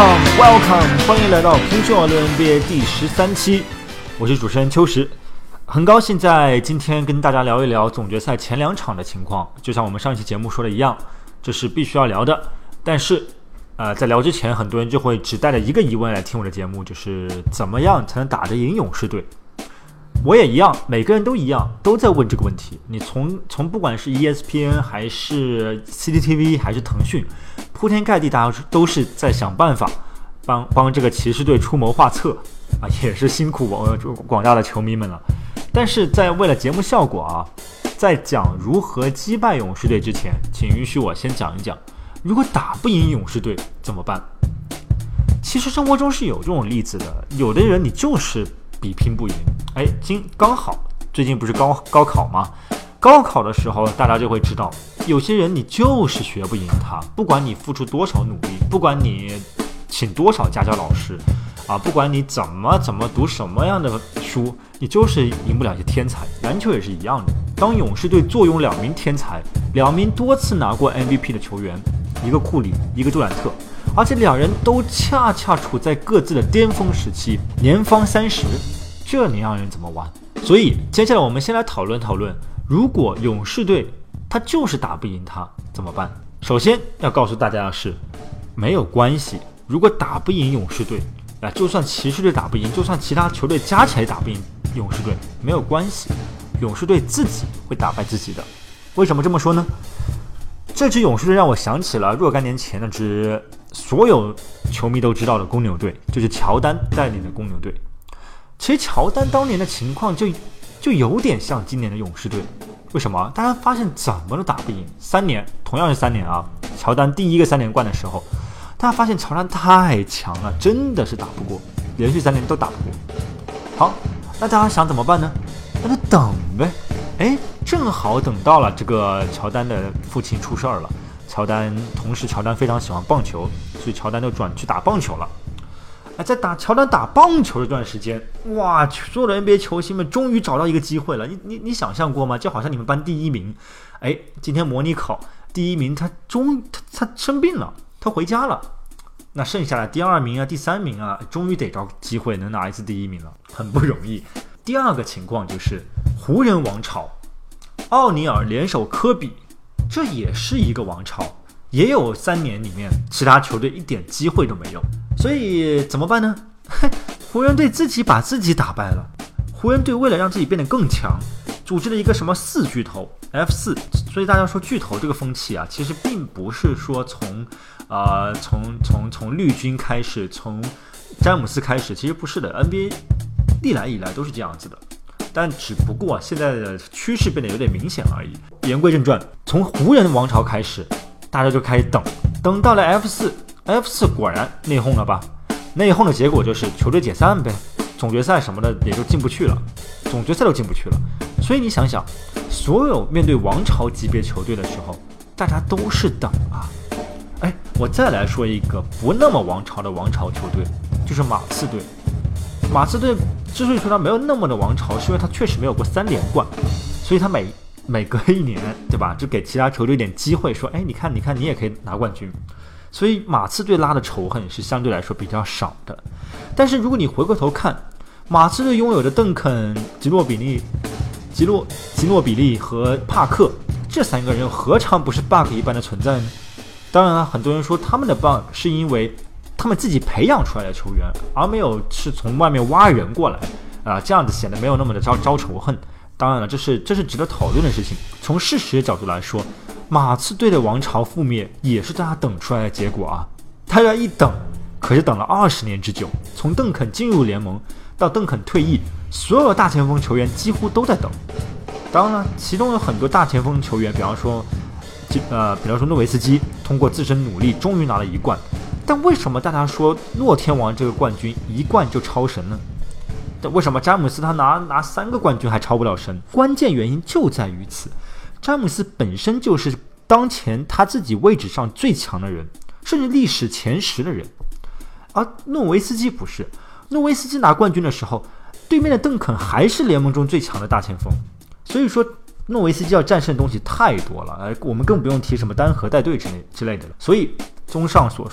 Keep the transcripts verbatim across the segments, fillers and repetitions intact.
Welcome, Welcome， 欢迎来到平胸网络 N B A 第十三期，我是主持人秋实，很高兴在今天跟大家聊一聊总决赛前两场的情况。就像我们上一期节目说的一样，这是必须要聊的。但是，呃，在聊之前，很多人就会只带着一个疑问来听我的节目，就是怎么样才能打得赢勇士队？我也一样，每个人都一样，都在问这个问题。你从从不管是 E S P N 还是 C C T V 还是腾讯，铺天盖地，大家都是在想办法帮帮这个骑士队出谋划策啊，也是辛苦我广大的球迷们了。但是在为了节目效果啊，在讲如何击败勇士队之前，请允许我先讲一讲，如果打不赢勇士队怎么办？其实生活中是有这种例子的，有的人你就是比拼不赢。哎，今刚好最近不是高高考吗？高考的时候，大家就会知道，有些人你就是学不赢他，不管你付出多少努力，不管你请多少家教老师啊，不管你怎么怎么读什么样的书，你就是赢不了一些天才。篮球也是一样的，当勇士队坐拥两名天才，两名多次拿过 M V P 的球员，一个库里，一个杜兰特，而且两人都恰恰处在各自的巅峰时期，年方三十，这你让人怎么玩？所以接下来我们先来讨论讨论，如果勇士队他就是打不赢他怎么办？首先要告诉大家的是，没有关系，如果打不赢勇士队，啊，就算骑士队打不赢，就算其他球队加起来打不赢勇士队，没有关系，勇士队自己会打败自己的。为什么这么说呢？这支勇士队让我想起了若干年前那支所有球迷都知道的公牛队，就是乔丹带领的公牛队。其实乔丹当年的情况就就有点像今年的勇士队。为什么？大家发现怎么都打不赢。三年，同样是三年啊，乔丹第一个三连冠的时候，大家发现乔丹太强了，真的是打不过，连续三年都打不过。好，那大家想怎么办呢？那就等呗。哎，正好等到了这个乔丹的父亲出事儿了。乔丹同时，乔丹非常喜欢棒球，所以乔丹就转去打棒球了。在打乔丹打棒球这段时间，哇，所有的 N B A 球星们终于找到一个机会了。你你你想象过吗？就好像你们班第一名，哎，今天模拟考第一名他终他他生病了，他回家了。那剩下的第二名啊、第三名啊，终于得着机会能拿一次第一名了，很不容易。第二个情况就是湖人王朝，奥尼尔联手科比，这也是一个王朝。也有三年里面，其他球队一点机会都没有，所以怎么办呢？湖人队自己把自己打败了。湖人队为了让自己变得更强，组织了一个什么四巨头 F 四，所以大家说巨头这个风气啊，其实并不是说从呃从从从绿军开始，从詹姆斯开始，其实不是的 ，N B A 历来以来都是这样子的。但只不过现在的趋势变得有点明显而已。言归正传，从湖人王朝开始，大家就开始等，等到了 F 四 F 四果然内讧了吧？内讧的结果就是球队解散呗，总决赛什么的也就进不去了，总决赛都进不去了。所以你想想，所有面对王朝级别球队的时候，大家都是等啊。哎，我再来说一个不那么王朝的王朝球队，就是马刺队。马刺队之所以说他没有那么的王朝，是因为他确实没有过三连冠，所以他每每隔一年，对吧，就给其他球队一点机会，说，哎，你看，你看，你也可以拿冠军。所以马刺队拉的仇恨是相对来说比较少的。但是如果你回过头看，马刺队拥有的邓肯、吉诺比利、吉诺吉诺比利和帕克这三个人，何尝不是 bug 一般的存在呢？当然了，很多人说他们的 bug 是因为他们自己培养出来的球员，而没有是从外面挖人过来啊、呃，这样子显得没有那么的招招仇恨。当然了，这是这是值得讨论的事情。从事实的角度来说，马刺队的王朝覆灭也是大家等出来的结果啊。他要一等，可是等了二十年之久。从邓肯进入联盟到邓肯退役，所有大前锋球员几乎都在等。当然了，其中有很多大前锋球员，比方说，呃，比方说诺维斯基，通过自身努力终于拿了一冠。但为什么大家说诺天王这个冠军一冠就超神呢？为什么詹姆斯他拿拿三个冠军还超不了神？关键原因就在于此，詹姆斯本身就是当前他自己位置上最强的人，甚至历史前十的人，而诺维斯基不是。诺维斯基拿冠军的时候，对面的邓肯还是联盟中最强的大前锋，所以说诺维斯基要战胜的东西太多了，呃，我们更不用提什么单核带队之类之类的了。所以综上所述，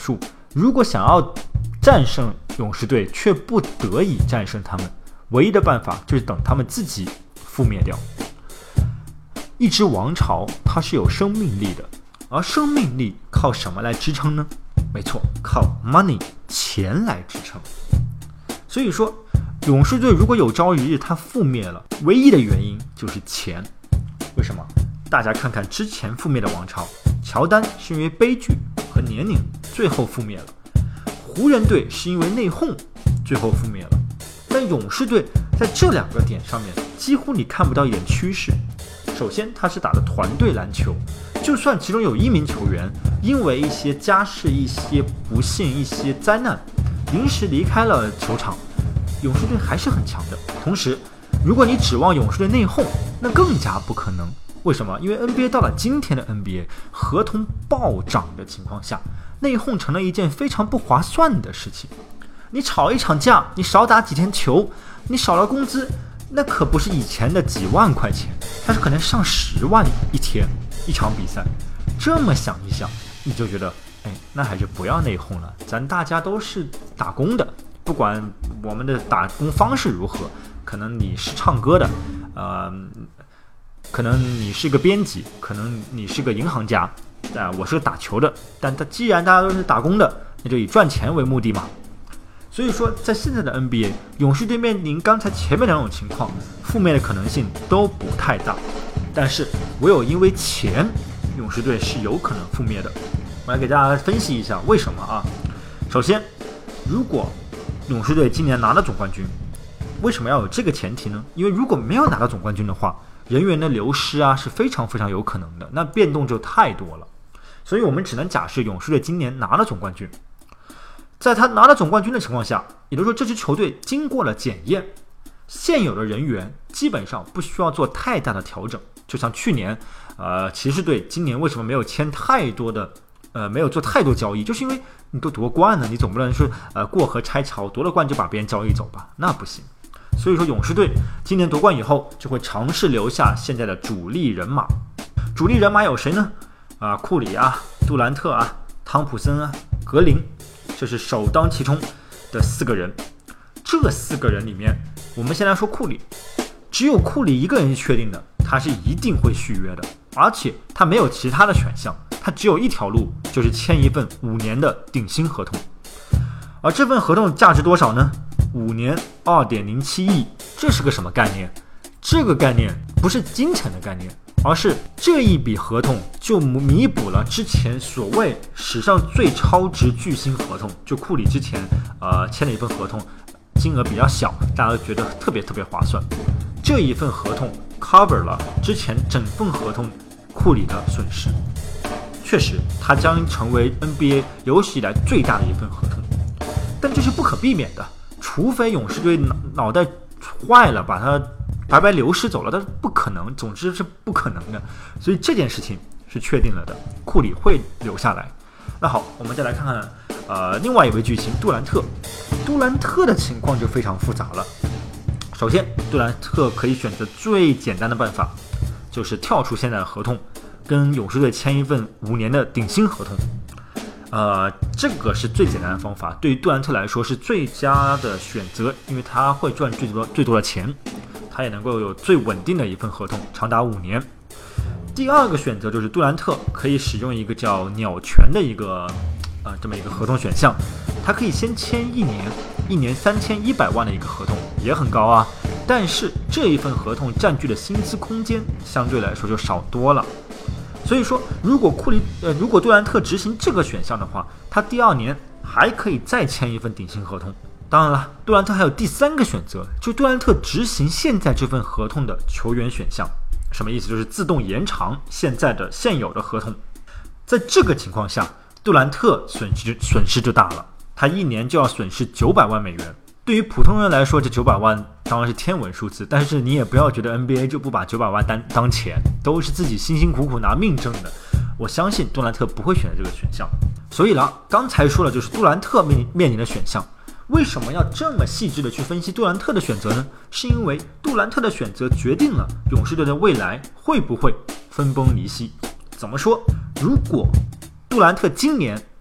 如果想要战胜勇士队却不得已战胜他们，唯一的办法就是等他们自己覆灭掉。一支王朝它是有生命力的，而生命力靠什么来支撑呢？没错，靠 money 钱来支撑。所以说勇士队如果有朝一日它覆灭了，唯一的原因就是钱。为什么？大家看看之前覆灭的王朝，乔丹是因为悲剧和年龄最后覆灭了，湖人队是因为内讧最后覆灭了，但勇士队在这两个点上面几乎你看不到一点趋势。首先他是打的团队篮球，就算其中有一名球员因为一些家事、一些不幸、一些灾难临时离开了球场，勇士队还是很强的。同时如果你指望勇士队内讧，那更加不可能。为什么？因为 N B A 到了今天的 N B A 合同暴涨的情况下，内讧成了一件非常不划算的事情。你吵一场架，你少打几天球，你少了工资，那可不是以前的几万块钱，它是可能上十万一天一场比赛。这么想一想，你就觉得哎，那还是不要内讧了，咱大家都是打工的，不管我们的打工方式如何，可能你是唱歌的，呃，可能你是个编辑，可能你是个银行家，啊、呃，我是个打球的，但他既然大家都是打工的，那就以赚钱为目的嘛。所以说，在现在的 N B A， 勇士队面临刚才前面两种情况，负面的可能性都不太大，但是唯有因为钱，勇士队是有可能覆灭的。我来给大家分析一下为什么啊。首先，如果勇士队今年拿了总冠军，为什么要有这个前提呢？因为如果没有拿到总冠军的话，人员的流失啊是非常非常有可能的，那变动就太多了。所以我们只能假设勇士队今年拿了总冠军。在他拿了总冠军的情况下，也就是说这支球队经过了检验，现有的人员基本上不需要做太大的调整。就像去年呃，骑士队今年为什么没有签太多的呃，没有做太多交易，就是因为你都夺冠了，你总不能说呃过河拆桥，夺了冠就把别人交易走吧，那不行。所以说勇士队今年夺冠以后就会尝试留下现在的主力人马。主力人马有谁呢？啊，库里啊，杜兰特啊，汤普森啊，格林，这是首当其冲的四个人。这四个人里面，我们先来说库里，只有库里一个人是确定的，他是一定会续约的，而且他没有其他的选项，他只有一条路，就是签一份五年的顶薪合同。而这份合同价值多少呢？五年 二点零七亿，这是个什么概念？这个概念不是金钱的概念，而是这一笔合同就弥补了之前所谓史上最超值巨星合同。就库里之前呃签了一份合同，金额比较小，大家都觉得特别特别划算。这一份合同 cover 了之前整份合同库里的损失，确实它将成为 N B A 有史以来最大的一份合同，但这是不可避免的，除非勇士队脑脑袋坏了，把它白白流失走了，但是不可能，总之是不可能的。所以这件事情是确定了的，库里会留下来。那好，我们再来看看呃另外一位巨星杜兰特。杜兰特的情况就非常复杂了。首先，杜兰特可以选择最简单的办法，就是跳出现在的合同，跟勇士队签一份五年的顶薪合同。呃，这个是最简单的方法，对于杜兰特来说是最佳的选择，因为他会赚最多最多的钱，他也能够有最稳定的一份合同，长达五年。第二个选择就是杜兰特可以使用一个叫鸟权的一个呃这么一个合同选项，他可以先签一年，一年三千一百万的一个合同，也很高啊，但是这一份合同占据的薪资空间相对来说就少多了。所以说，如果库里呃，如果杜兰特执行这个选项的话，他第二年还可以再签一份顶薪合同。当然了，杜兰特还有第三个选择，就是杜兰特执行现在这份合同的球员选项。什么意思？就是自动延长现在的现有的合同。在这个情况下，杜兰特损失损失就大了，他一年就要损失九百万美元。对于普通人来说，这九百万当然是天文数字，但是你也不要觉得 N B A 就不把九百万当当钱，都是自己辛辛苦苦拿命挣的。我相信杜兰特不会选择这个选项。所以了，刚才说了，就是杜兰特面面临的选项。为什么要这么细致的去分析杜兰特的选择呢？是因为杜兰特的选择决定了勇士队的未来会不会分崩离析。怎么说？如果杜兰特今年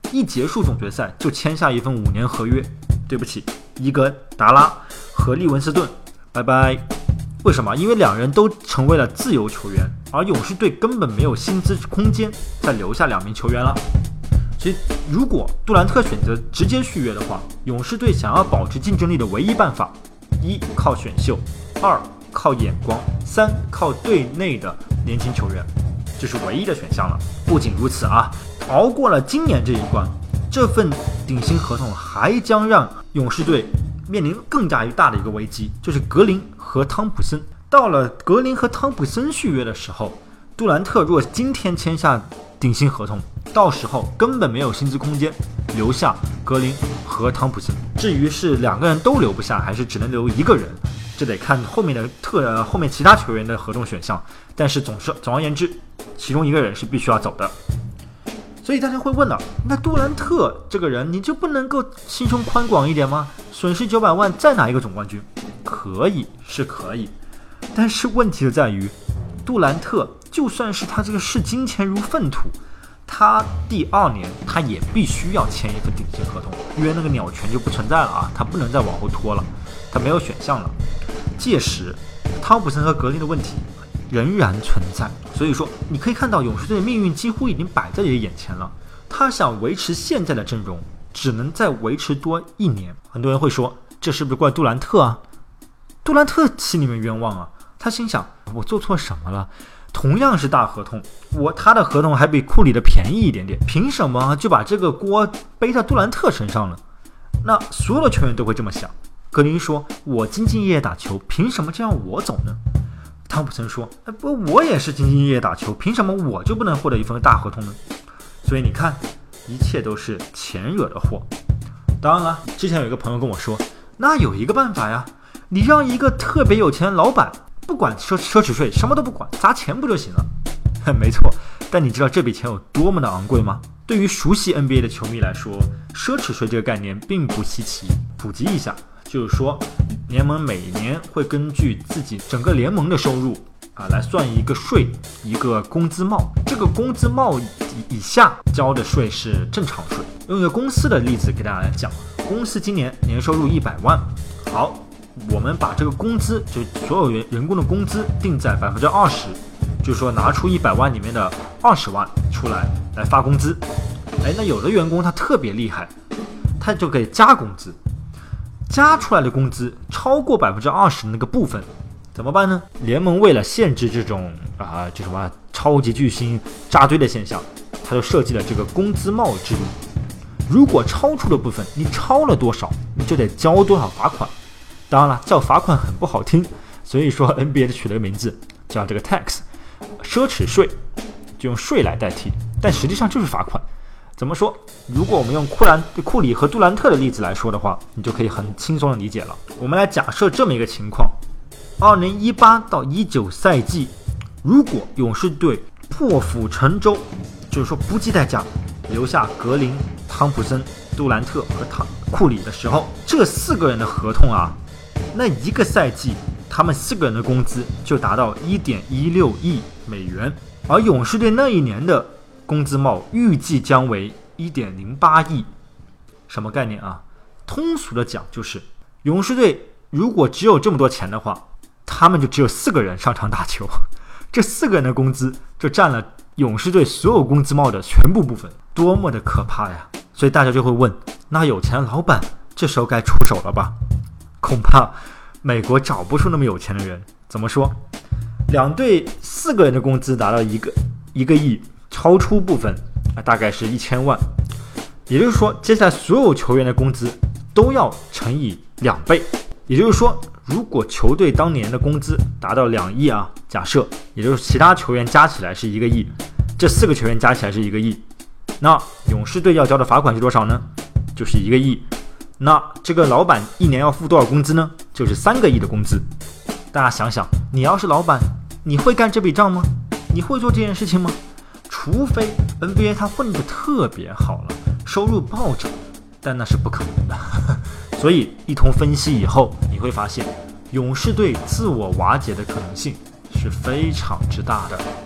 一结束总决赛就签下一份五年合约。对不起，伊格达拉和利文斯顿，拜拜。为什么？因为两人都成为了自由球员，而勇士队根本没有薪资空间再留下两名球员了。所以，如果杜兰特选择直接续约的话，勇士队想要保持竞争力的唯一办法：一靠选秀，二靠眼光，三靠队内的年轻球员，这是唯一的选项了。不仅如此啊，熬过了今年这一关，这份顶薪合同还将让勇士队面临更加大的一个危机，就是格林和汤普森。到了格林和汤普森续约的时候，杜兰特若今天签下顶薪合同，到时候根本没有薪资空间留下格林和汤普森。至于是两个人都留不下，还是只能留一个人，这得看后面的特、呃、后面其他球员的合同选项。但是总是总而言之，其中一个人是必须要走的。所以大家会问了，那杜兰特这个人你就不能够心胸宽广一点吗？损失九百万再拿一个总冠军，可以是可以，但是问题就在于，杜兰特就算是他这个视金钱如粪土，他第二年他也必须要签一份顶薪合同，因为那个鸟权就不存在了啊，他不能再往后拖了，他没有选项了。届时汤普森和格林的问题仍然存在，所以说你可以看到勇士队的命运几乎已经摆在你的眼前了。他想维持现在的阵容，只能再维持多一年。很多人会说，这是不是怪杜兰特啊？杜兰特心里面冤枉啊，他心想，我做错什么了？同样是大合同，我他的合同还比库里的便宜一点点，凭什么就把这个锅背到杜兰特身上了？那所有的球员都会这么想。格林说，我兢兢业业打球，凭什么这样我走呢？汤普森说，哎，不，我也是兢兢业业打球，凭什么我就不能获得一份大合同呢？所以你看，一切都是钱惹的祸。当然了，之前有一个朋友跟我说，那有一个办法呀，你让一个特别有钱的老板不管奢奢侈税，什么都不管，砸钱不就行了？没错，但你知道这笔钱有多么的昂贵吗？对于熟悉 N B A 的球迷来说，奢侈税这个概念并不稀奇。普及一下，就是说联盟每年会根据自己整个联盟的收入啊来算一个税，一个工资帽。这个工资帽以下交的税是正常税。用一个公司的例子给大家来讲，公司今年年收入一百万，好，我们把这个工资，就所有员工的工资定在百分之二十，就是说拿出一百万里面的二十万出来来发工资。哎，那有的员工他特别厉害，他就可以加工资，加出来的工资超过百分之二十的那个部分，怎么办呢？联盟为了限制这种啊，这什么超级巨星扎堆的现象，他就设计了这个工资帽制度。如果超出的部分你超了多少，你就得交多少罚款。当然了，叫罚款很不好听，所以说 N B A 取了个名字叫这个 tax， 奢侈税，就用税来代替，但实际上就是罚款。怎么说？如果我们用库兰、库里和杜兰特的例子来说的话，你就可以很轻松的理解了。我们来假设这么一个情况：二零一八到一九赛季，如果勇士队破釜沉舟，就是说不计代价留下格林、汤普森、杜兰特和汤库里的时候，这四个人的合同啊，那一个赛季他们四个人的工资就达到 一点一六亿美元，而勇士队那一年的工资帽预计将为 一点零八亿。什么概念啊？通俗的讲就是，勇士队如果只有这么多钱的话，他们就只有四个人上场打球，这四个人的工资就占了勇士队所有工资帽的全部部分，多么的可怕呀！所以大家就会问，那有钱的老板这时候该出手了吧？恐怕美国找不出那么有钱的人。怎么说？两队四个人的工资达到一个一个亿，超出部分啊大概是一千万，也就是说，接下来所有球员的工资都要乘以两倍。也就是说，如果球队当年的工资达到两亿啊，假设，也就是其他球员加起来是一个亿，这四个球员加起来是一个亿，那勇士队要交的罚款是多少呢？就是一个亿。那这个老板一年要付多少工资呢？就是三个亿的工资。大家想想，你要是老板，你会干这笔账吗？你会做这件事情吗？除非 N B A 它混得特别好了，收入暴涨，但那是不可能的。所以一通分析以后，你会发现勇士队自我瓦解的可能性是非常之大的。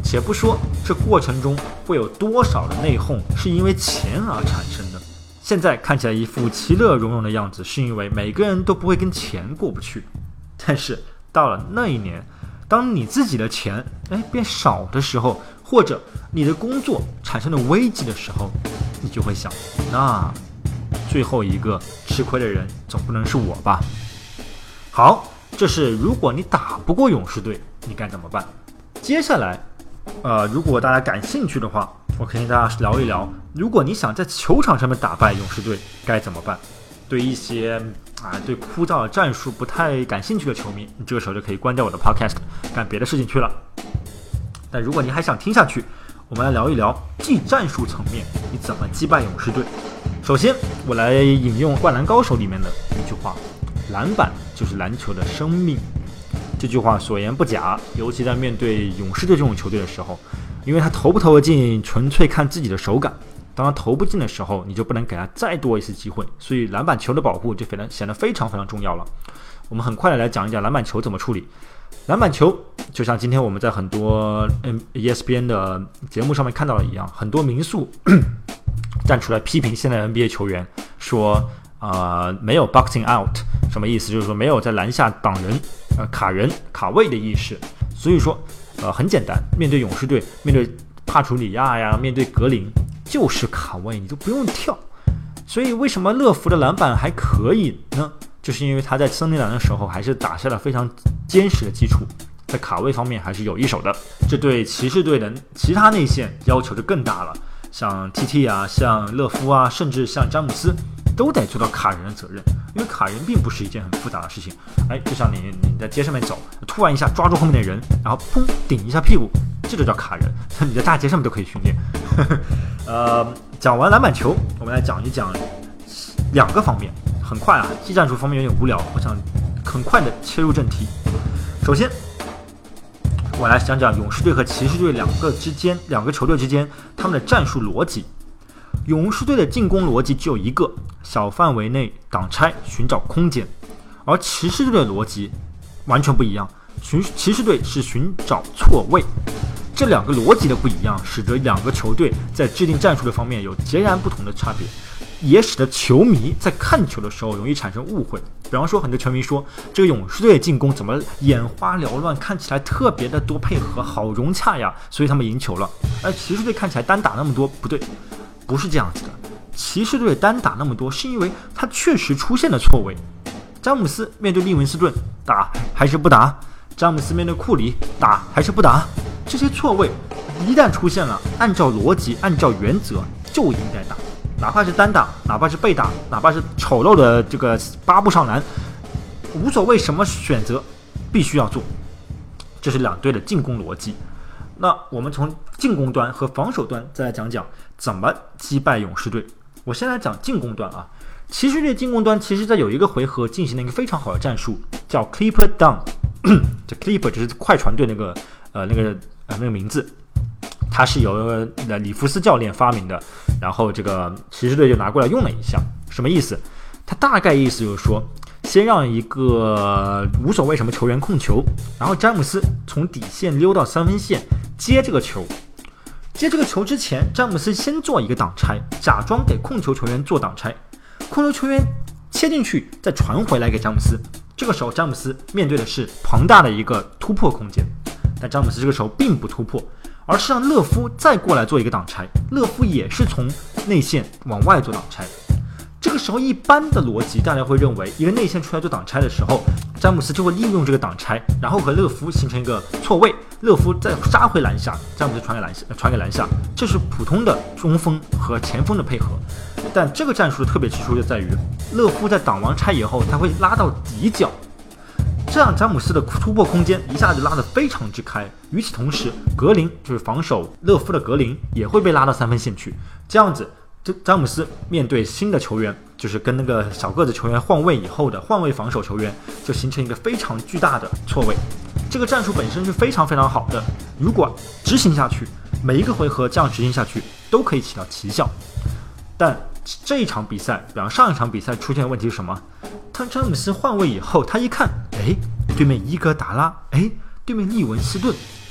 且不说这过程中会有多少的内讧是因为钱而产生的，现在看起来一副其乐融融的样子，是因为每个人都不会跟钱过不去。但是到了那一年，当你自己的钱哎变少的时候，或者你的工作产生了危机的时候，你就会想，那最后一个吃亏的人总不能是我吧。好，这是如果你打不过勇士队你该怎么办。接下来呃，如果大家感兴趣的话，我可以跟大家聊一聊，如果你想在球场上面打败勇士队该怎么办。对一些啊对枯燥的战术不太感兴趣的球迷，你这个时候就可以关掉我的 podcast 干别的事情去了。但如果你还想听下去，我们来聊一聊技战术层面你怎么击败勇士队。首先我来引用灌篮高手里面的一句话，篮板就是篮球的生命。这句话所言不假，尤其在面对勇士队这种球队的时候，因为他投不投得进纯粹看自己的手感，当他投不进的时候，你就不能给他再多一次机会，所以篮板球的保护就显得非常非常重要了。我们很快的来讲一讲篮板球怎么处理。篮板球就像今天我们在很多 E S P N 的节目上面看到的一样，很多民宿站出来批评现在的 N B A 球员，说呃没有 boxing out， 什么意思？就是说没有在篮下挡人、呃卡人、卡位的意识。所以说呃很简单，面对勇士队，面对帕楚里亚呀，面对格林，就是卡位，你都不用跳。所以为什么乐福的篮板还可以呢？就是因为他在森林狼的时候还是打下了非常坚实的基础，在卡位方面还是有一手的。这对骑士队的其他内线要求就更大了，像 T T 啊，像勒夫啊，甚至像詹姆斯都得做到卡人的责任，因为卡人并不是一件很复杂的事情。哎，就像你你在街上面走，突然一下抓住后面的人，然后砰顶一下屁股，这就叫卡人。你在大街上面都可以训练。呃，讲完篮板球，我们来讲一讲两个方面。很快啊，技战术方面有点无聊，我想很快的切入正题。首先，我来讲讲勇士队和骑士队两个之间，两个球队之间他们的战术逻辑。勇士队的进攻逻辑只有一个，小范围内挡拆，寻找空间；而骑士队的逻辑完全不一样，骑士队是寻找错位。这两个逻辑的不一样，使得两个球队在制定战术的方面有截然不同的差别，也使得球迷在看球的时候容易产生误会。比方说，很多球迷说这个勇士队的进攻怎么眼花缭乱，看起来特别的多配合，好融洽呀，所以他们赢球了。而骑士队看起来单打那么多，不对，不是这样子的。骑士队单打那么多，是因为他确实出现了错位。詹姆斯面对利文斯顿，打还是不打？詹姆斯面对库里，打还是不打？这些错位一旦出现了，按照逻辑，按照原则就应该打，哪怕是单打，哪怕是被打，哪怕是丑陋的这个八步上篮，无所谓什么选择，必须要做。这是两队的进攻逻辑。那我们从进攻端和防守端再来讲讲怎么击败勇士队。我先来讲进攻端啊，骑士队进攻端其实在有一个回合进行了一个非常好的战术，叫 Clipper Down。这 Clipper 就是快船队那个呃那个呃那个名字，它是由呃里弗斯教练发明的，然后这个骑士队就拿过来用了一下。什么意思？它大概意思就是说，先让一个无所谓什么球员控球，然后詹姆斯从底线溜到三分线接这个球。接这个球之前，詹姆斯先做一个挡拆，假装给控球球员做挡拆，控球球员切进去，再传回来给詹姆斯。这个时候，詹姆斯面对的是庞大的一个突破空间，但詹姆斯这个时候并不突破，而是让勒夫再过来做一个挡拆。勒夫也是从内线往外做挡拆。这个时候，一般的逻辑大家会认为，一个内线出来做挡拆的时候，詹姆斯就会利用这个挡拆，然后和勒夫形成一个错位，勒夫再杀回篮下，詹姆斯传给篮下，传给篮下，这是普通的中锋和前锋的配合。但这个战术的特别之处就在于，勒夫在挡完拆以后，他会拉到底角，这样詹姆斯的突破空间一下子拉得非常之开。与此同时，格林就是防守勒夫的格林也会被拉到三分线去，这样子詹姆斯面对新的球员，就是跟那个小个子球员换位以后的换位防守球员，就形成一个非常巨大的错位。这个战术本身是非常非常好的，如果执行下去，每一个回合这样执行下去都可以起到奇效。但这一场比赛，比方上一场比赛出现的问题是什么？当詹姆斯换位以后，他一看，哎，对面伊戈达拉，哎，对面利文斯顿，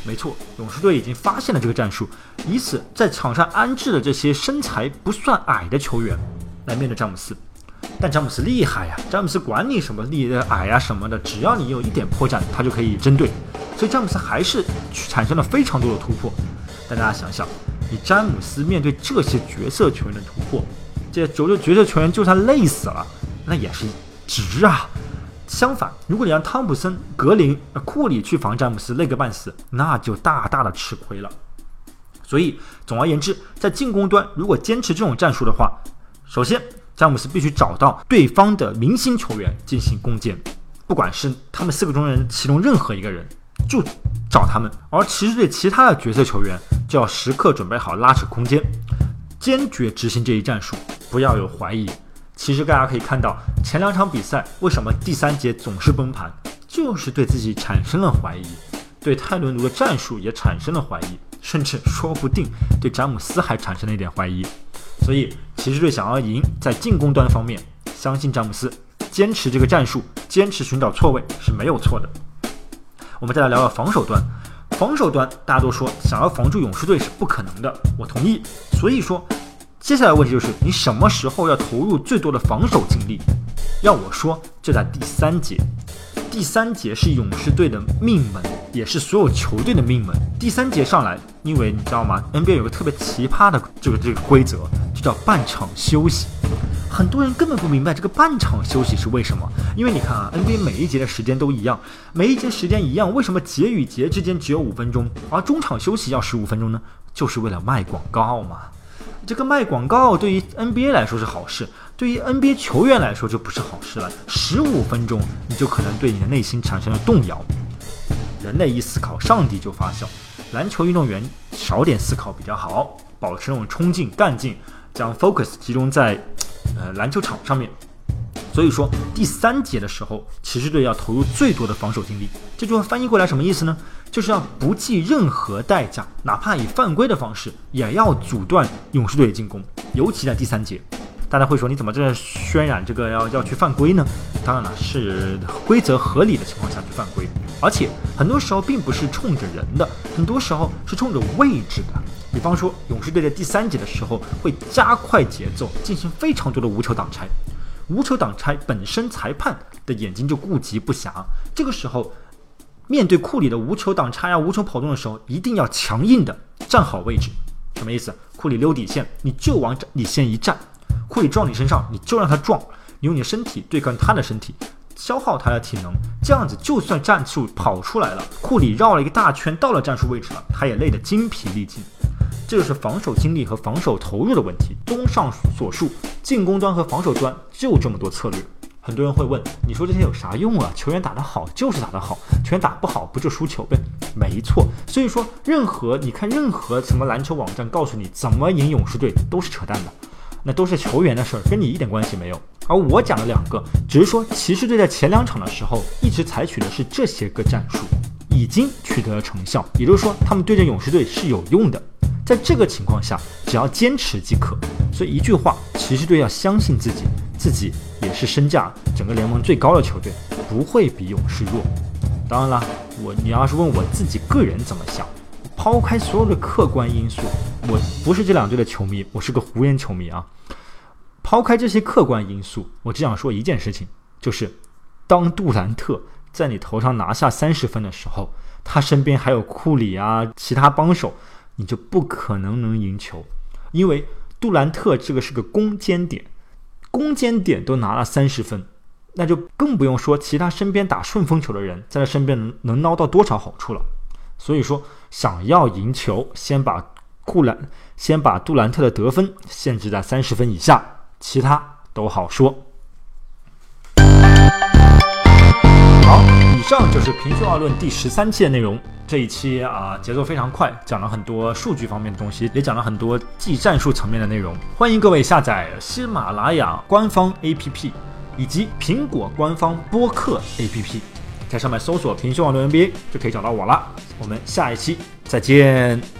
没错，勇士队已经发现了这个战术，以此在场上安置了这些身材不算矮的球员来面对詹姆斯。但詹姆斯厉害呀，詹姆斯管你什么力矮呀什么的，只要你有一点破绽，他就可以针对。所以詹姆斯还是产生了非常多的突破。但大家想想，你詹姆斯面对这些角色球员的突破，这些九个角色球员就算累死了，那也是值啊。相反，如果你让汤普森、格林、库里去防詹姆斯，累个半死，那就大大的吃亏了。所以，总而言之，在进攻端如果坚持这种战术的话，首先詹姆斯必须找到对方的明星球员进行攻坚，不管是他们四个中人其中任何一个人，就找他们。而骑士队其他的角色球员就要时刻准备好拉扯空间，坚决执行这一战术，不要有怀疑。其实大家可以看到，前两场比赛为什么第三节总是崩盘，就是对自己产生了怀疑，对泰伦卢的战术也产生了怀疑，甚至说不定对詹姆斯还产生了一点怀疑。所以骑士队想要赢，在进攻端方面，相信詹姆斯坚持这个战术，坚持寻找错位是没有错的。我们再来聊聊防守端。防守端大家都说想要防住勇士队是不可能的，我同意。所以说接下来的问题就是你什么时候要投入最多的防守精力？要我说，就在第三节。第三节是勇士队的命门，也是所有球队的命门。第三节上来，因为你知道吗 ？N B A 有个特别奇葩的这个这个规则，就叫半场休息。很多人根本不明白这个半场休息是为什么。因为你看啊 ，N B A 每一节的时间都一样，每一节时间一样，为什么节与节之间只有五分钟，而中场休息要十五分钟呢？就是为了卖广告嘛。这个卖广告对于 N B A 来说是好事，对于 N B A 球员来说就不是好事了。十五分钟你就可能对你的内心产生了动摇。人类一思考，上帝就发笑。篮球运动员少点思考比较好，保持那种冲劲、干劲，将 focus 集中在呃篮球场上面。所以说，第三节的时候，骑士队要投入最多的防守精力。这句话翻译过来什么意思呢？就是要不计任何代价，哪怕以犯规的方式，也要阻断勇士队的进攻。尤其在第三节，大家会说你怎么这渲染这个要要去犯规呢？当然了，是规则合理的情况下去犯规，而且很多时候并不是冲着人的，很多时候是冲着位置的。比方说，勇士队在第三节的时候会加快节奏，进行非常多的无球挡拆。无球挡拆本身裁判的眼睛就顾及不暇，这个时候面对库里的无球挡拆啊、无球跑动的时候，一定要强硬的站好位置。什么意思？库里溜底线，你就往底线一站；库里撞你身上，你就让他撞，你用你的身体对抗他的身体，消耗他的体能。这样子，就算战术跑出来了，库里绕了一个大圈到了战术位置了，他也累得精疲力尽。这就是防守精力和防守投入的问题。综上所述，进攻端和防守端就这么多策略。很多人会问，你说这些有啥用啊？球员打得好就是打得好，球员打不好不就输球呗？没错。所以说，任何你看任何什么篮球网站告诉你怎么赢勇士队都是扯淡的，那都是球员的事儿，跟你一点关系没有。而我讲了两个，只是说骑士队在前两场的时候一直采取的是这些个战术，已经取得了成效，也就是说他们对阵勇士队是有用的。在这个情况下，只要坚持即可。所以一句话，骑士队要相信自己，自己也是身价整个联盟最高的球队，不会比勇士弱。当然了，我你要是问我自己个人怎么想，抛开所有的客观因素，我不是这两队的球迷，我是个湖人球迷啊。抛开这些客观因素，我只想说一件事情，就是当杜兰特在你头上拿下三十分的时候，他身边还有库里啊，其他帮手，你就不可能能赢球。因为杜兰特这个是个攻坚点，攻坚点都拿了三十分，那就更不用说其他身边打顺风球的人在他身边能能捞到多少好处了。所以说，想要赢球，先把库兰先把杜兰特的得分限制在三十分以下，其他都好说。好，以上就是平胸二论第十三期的内容。这一期啊、呃，节奏非常快，讲了很多数据方面的东西，也讲了很多技战术层面的内容。欢迎各位下载喜马拉雅官方 A P P 以及苹果官方播客 A P P， 在上面搜索平胸二论 N B A 就可以找到我了。我们下一期再见。